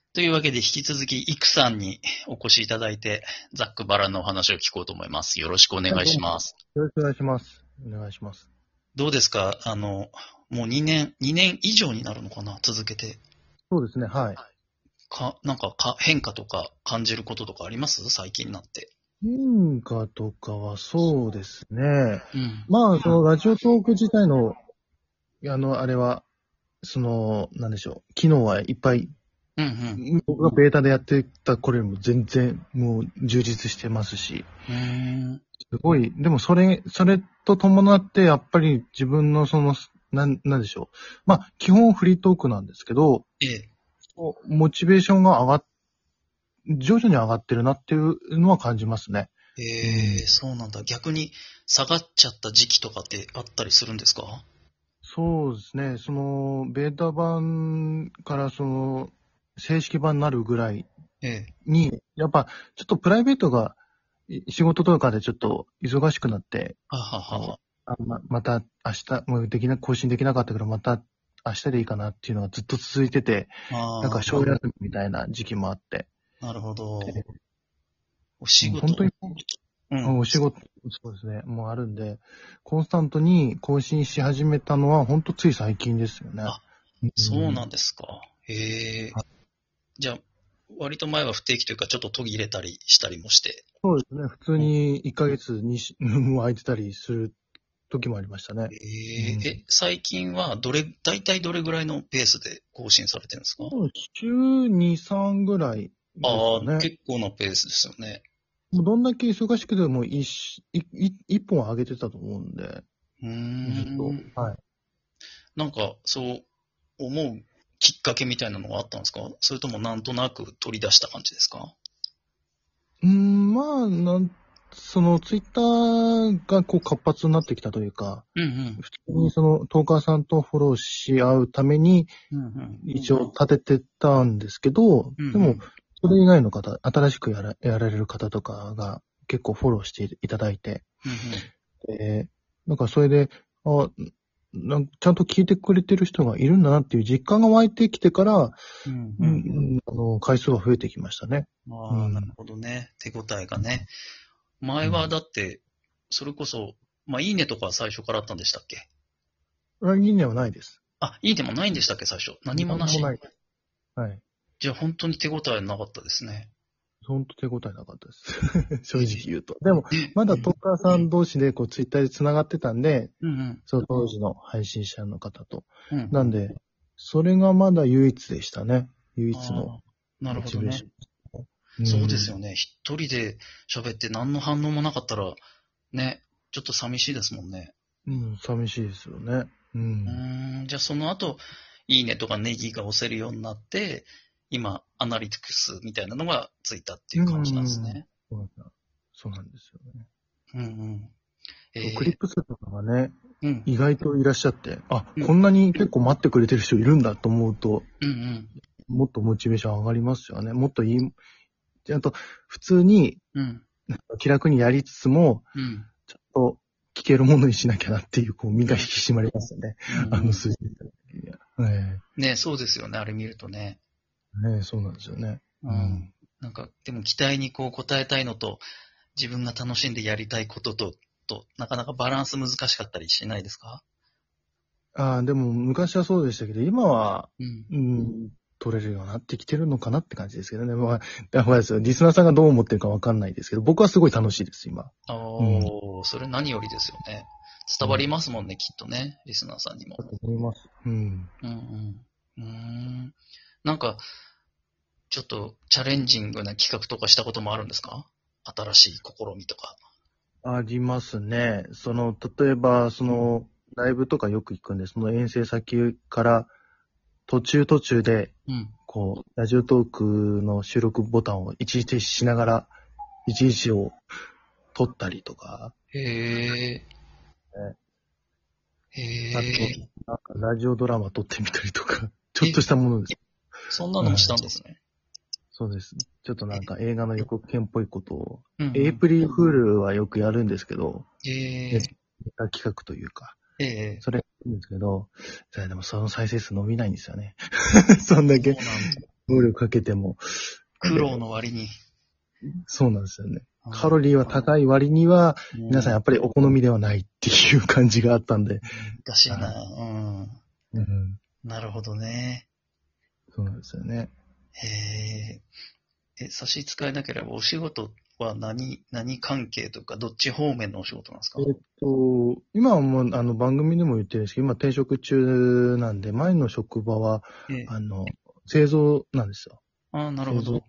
というわけで引き続き、イクさんにお越しいただいて、ざっくばらんのお話を聞こうと思います。よろしくお願はい、 いどうも。 します。 よろしくお願いします。お願いします。 どうですかもう2年以上になるのかな続けて。 そうですね、はい。 変化とか感じることとかあります最近になって。 文化とかはそうですね。 うん。 まあ、そのラジオトーク自体の、あれは、なんでしょう。機能はいっぱい、 うんうん。 僕がベータでやってた頃よりも全然もう充実してますし、 うーん。 すごい、でもそれと伴ってやっぱり自分のなんでしょう。まあ、基本フリートークなんですけど、 ええ。 モチベーションが徐々に上がってるなっていうのは感じますね。うん。 そうなんだ。逆に下がっちゃった時期とかってあったりするんですか？ そうですね。ベータ版から正式版になるぐらいええ。 に、やっぱ、ちょっとプライベートが、仕事とかでちょっと忙しくなって、 はははは。 また明日、もう更新できなかったけど、また明日でいいかなっていうのがずっと続いてて、なんかああ、 小休みみたいな時期もあって、 なるほど。 でお仕事。 もう本当にうん。 お仕事、そうですね、もうあるんで、コンスタントに更新し始めたのは、本当つい最近ですよね。 あ、 うん。 そうなんですか。じゃあ、割と前は不定期というか、ちょっと途切れたりしたりもして。 そうですね、普通おに1ヶ月にもう空いてたりする時もありましたね。うん。 最近は大体どれぐらいのペースで更新されてるんですか？ もう週2、3ぐらいですああ、 かね。 結構なペースですよね。 もうどんだけ忙しくても一本上げてたと思うんで、 うーずっと。 ん。 はい。 なんか、そう思うきっかけみたいなのがあったんですか？それともなんとなく取り出した感じですか？ まあ、ツイッターがこう活発になってきたというか、 うんうん。 普通にトーカーさんとフォローし合うために、 うんうん。 一応立ててたんですけど、でも、 うんうん。 それ以外の方、新しくやられる方とかが結構フォローしていただいて、 うんうん。 なんかそれで、あ、ちゃんと聞いてくれてる人がいるんだなっていう実感が湧いてきてから、 うんうん。 回数が増えてきましたね。うああ、なるん。 ほどね。手応えがね。前はだって、それこそ、まあ、いいねとかは最初からあったんでしたっけ？ ランキングにはないです。 あ、いいねもないんでしたっけ最初。何もなし。 なんもないです。はい。 じゃあ本当に手応えなかったですね。 ほんと手応えなかったです。正え直言うと。でも、 ね。 まだトーカーさん同士でツイッターで繋がってたんで、 うんうん。 その当時の配信者の方と。 うんうん。 なんで、それがまだ唯一でしたね。唯一のああ、なるモほどね。 チベーション。うそうですよん。 ね。一人で喋って何の反応もなかったら、ね、ちょっと寂しいですもんね。 うん、寂しいですよね。うん。 じゃあその後、いいねとかネギが押せるようになって、今、アナリティクスみたいなのがついたっていうう感じなんですん。 ね。 そうなんですよね。 うんうん。 そう、クリップ数とかがね、 うん。 意外といらっしゃって、あ、 うん。 こんなに結構待ってくれてる人いるんだと思うと、 うんうん。 もっとモチベーション上がりますよね。もっとちゃんと普通にうん。 気楽にやりつつも、 うん。 ちゃんと聞けるものにしなきゃなっていう、身が引き締まりますよね。 うんうん。 数字見た時には。 ね、そうですよね。あれ見るとね。 そうなんですよね。 うん。 うん。 なんか、でも期待にこう応えたいのと、自分が楽しんでやりたいことと、なかなかバランス難しかったりしないですか？ でも昔はそうでしたけど、今は、 うん。 うん、取れるようになってきてるのかなって感じですけどね。まあ、やばいですよ。リスナーさんがどう思ってるかわかんないですけど、僕はすごい楽しいです、今。うん。だおー、それ何よりですよね。伝わりますもんね、きっとね。リスナーさんにも。 と思います。うん。 うんうん。なんか、ちょっとチャレンジングな企画とかしたこともあるんですか？新しい試みとか。 ありますね。例えば、 うん。 ライブとかよく行くんで、その遠征先から途中で、 うん。 ラジオトークの収録ボタンを一時停止しながら、一時を撮ったりとか、 へえ、 ね、 へあと、 え、 なんかラジオドラマ撮ってみたりとか、ちょっえ、 としたものです。 そんなのもしはい。 たんですね。 そうです。ちょっとなんか映画の予告編っぽいことを、 うんうん。 エイプリルフールはよくやるんですけど、ネええ、 タ企画というか、 ええ、 それやるんですけど、でもその再生数伸びないんですよね。そんだけ。 そうなんだ。 労力かけても。 苦労の割に。 そうなんですよね。カロリーは高い割には、皆さんやっぱりお好みではないっていう感じがあったんで。 難しいな。 うん。 なるほどね。 そうなんですよね。 へえ。差し支えなければお仕事は何関係とか、どっち方面のお仕事なんですか？ 今はもう番組でも言ってるんですけど、今転職中なんで、前の職場は、製造なんですよ。 なるほど。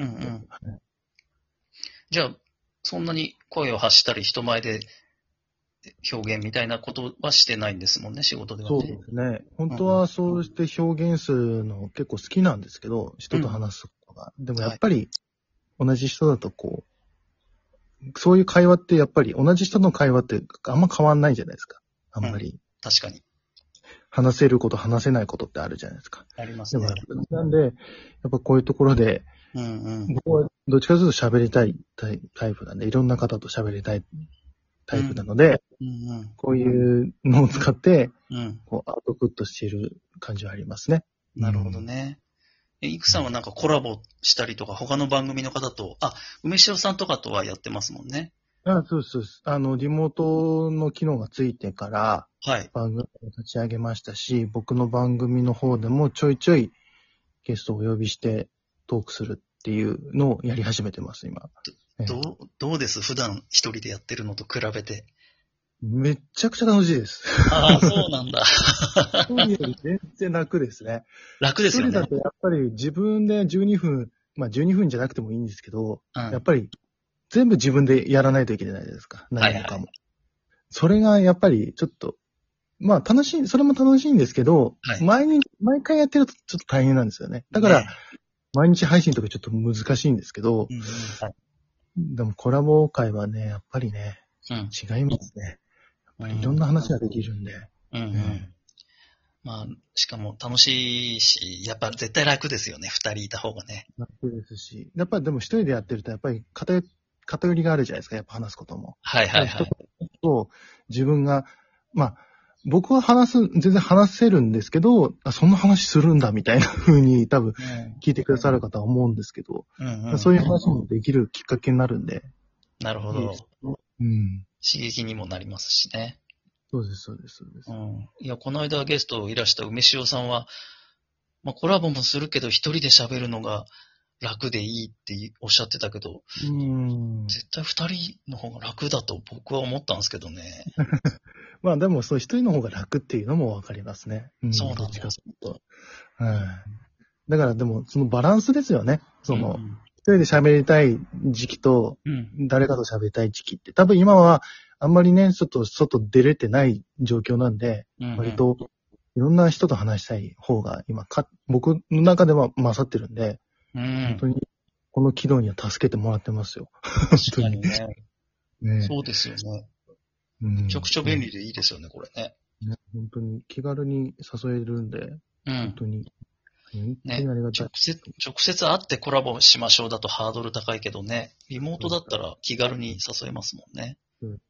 じゃあ、そんなに声を発したり人前で表現みたいなことはしてないんですもんね、仕事ではね。 そうですね。本当はそうして表現するの結構好きなんですけど、人と話すことが。でもやっぱり同じ人だとそういう会話ってやっぱり同じ人の会話ってあんま変わんないじゃないですか。あんまり。 確かに。 話せること話せないことってあるじゃないですか。 ありますね。 なんで、やっぱこういうところで、僕はどっちかというと喋りたいタイプなんで、いろんな方と喋りたいタイプなので、こういうのを使って、アウトプットしている感じはありますね。 なるほどね。イクさんはなんかコラボしたりとか、他の番組の方と、梅塩さんとかとはやってますもんね。 そうです、そうです。リモートの機能がついてから、番組を立ち上げましたし、僕の番組の方でもちょいちょいゲストをお呼びしてトークするっていうのをやり始めてます、今。 どうです普段一人でやってるのと比べて。 めっちゃくちゃ楽しいです。 そうなんだ。 一人より全然楽ですね。 楽ですよね。 一人だとやっぱり自分で12分、12分じゃなくてもいいんですけど、やっぱり全部自分でやらないといけないですか。何もかも。それがやっぱりちょっと、楽しい、それも楽しいんですけど、毎回やってるとちょっと大変なんですよね。だから、毎日配信とかちょっと難しいんですけど、でもコラボ会はね、やっぱりね、違いますね。いろんな話ができるんで。 しかも楽しいし、やっぱ絶対楽ですよね。二人いた方がね。 楽ですし。やっぱりでも一人でやってると、やっぱり偏りがあるじゃないですか。やっぱ話すことも。と自分が、僕は全然話せるんですけど、そんな話するんだみたいな風に多分聞いてくださる方は思うんですけど、そういう話もできるきっかけになるんで。 なるほど。刺激にもなりますしね。 そうです、そうです、そうです。 いや、この間ゲストいらした梅塩さんは、コラボもするけど一人で喋るのが楽でいいっておっしゃってたけど、絶対二人の方が楽だと僕は思ったんですけどね。 でもそう一人の方が楽っていうのもわかりますね。 そうなんだ。 だからでもそのバランスですよね。一人で喋りたい時期と、誰かと喋りたい時期って、多分今はあんまりね、ちょっと外出れてない状況なんで、割といろんな人と話したい方が今僕の中では勝ってるんで、本当にこの軌道には助けてもらってますよ。 確かにね。そうですよね。めちゃくちゃ便利でいいですよね、これね。 本当に気軽に誘えるんで、本当に。 直接会ってコラボしましょうだとハードル高いけどね、リモートだったら気軽に誘えますもんね。 そう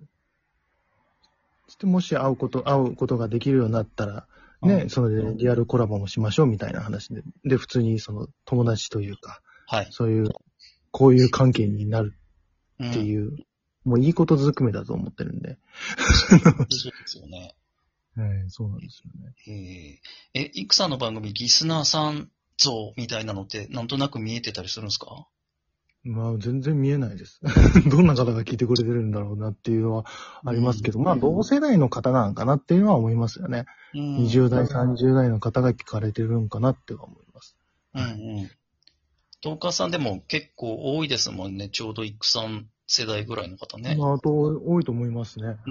です。もし会うことができるようになったら、それでリアルコラボもしましょうみたいな話で、普通にその友達というか、そういう、こういう関係になるっていう、もういいことずくめだと思ってるんで。 そうですよね。 そうなんですよね。 イクさんの番組、リスナーさん像みたいなのってなんとなく見えてたりするんですか？ 全然見えないです。どんな方が聞いてくれてるんだろうなっていうのはありますけど、同世代の方なのかなっていうのは思いますよね。20代、30代の方が聞かれてるのかなって思います。 トーカーさんでも結構多いですもんね。ちょうどイクさん世代ぐらいの方ね。 多いと思いますね。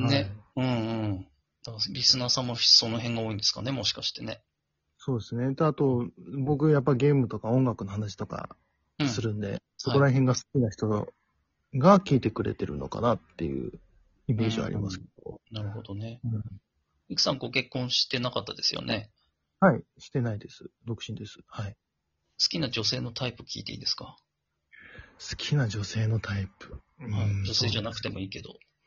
リスナーさんもその辺が多いんですかね、もしかしてね。 そうですね。あと、僕やっぱゲームとか音楽の話とかするんで、そこら辺が好きな人が聞いてくれてるのかなっていうイメージはありますけど。 なるほどね。イクさんご結婚してなかったですよね。 はい、してないです。独身です。はい。 好きな女性のタイプ聞いていいですか？ 好きな女性のタイプ。 女性じゃなくてもいいけど。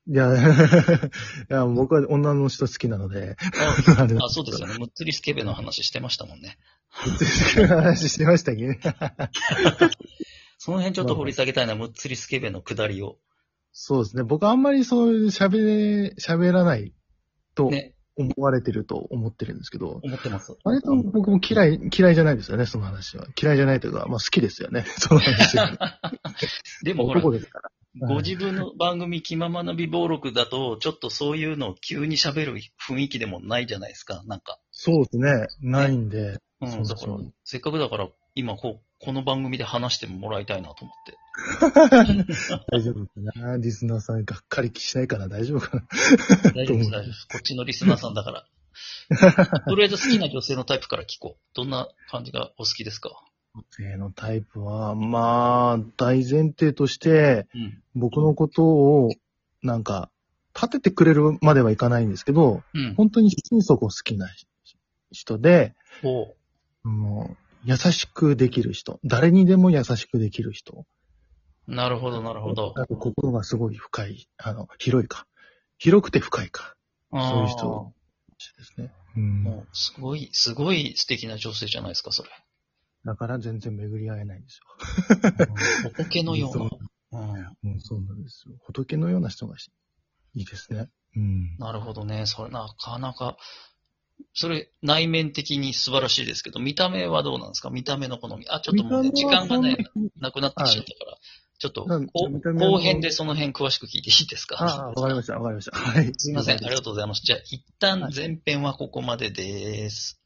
いや、いや、僕は女の人好きなので。 あ、そうですよね。むっつりスケベの話してましたもんね。 むっつりスケベの話してましたっけその辺ちょっと掘り下げたいな、むっつりスケベの下りを。 そうですね。僕あんまりそういう喋らないと思われてると思ってるんですけど。 思ってます。 割と僕も嫌いじゃないですよね、その話は。嫌いじゃないというか、まあ好きですよね、その話は。 でもほら、 男ですから。 ご自分の番組気ままな美暴録だと、ちょっとそういうのを急に喋る雰囲気でもないじゃないですか、なんか。 そうですね。ないんで。 うん、だから、せっかくだから、今この番組で話してもらいたいなと思って。 大丈夫かな、リスナーさんがっかりしないかな、大丈夫かな。 大丈夫です、大丈夫です。こっちのリスナーさんだから。とりあえず好きな女性のタイプから聞こう。どんな感じがお好きですか？ 女性のタイプは、まあ、大前提として、僕のことを、なんか、立ててくれるまではいかないんですけど、本当に心底好きな人で、もう優しくできる人。誰にでも優しくできる人。 なるほど、なるほど。 心がすごい深い、広いか。広くて深いか。そういう人ですね。 もう、すごい素敵な女性じゃないですか、それ。 だから全然巡り合えないんですよ。仏のような。 そうなんですよ。仏のような人がいいですね。 なるほどね。それなかなか、それ内面的に素晴らしいですけど、見た目はどうなんですか？見た目の好み。ちょっともうね、時間がね、なくなってきちゃったから、ちょっと後編でその辺詳しく聞いていいですか？ わかりました。はい。 すいません。ありがとうございます。じゃあ、一旦前編はここまでです。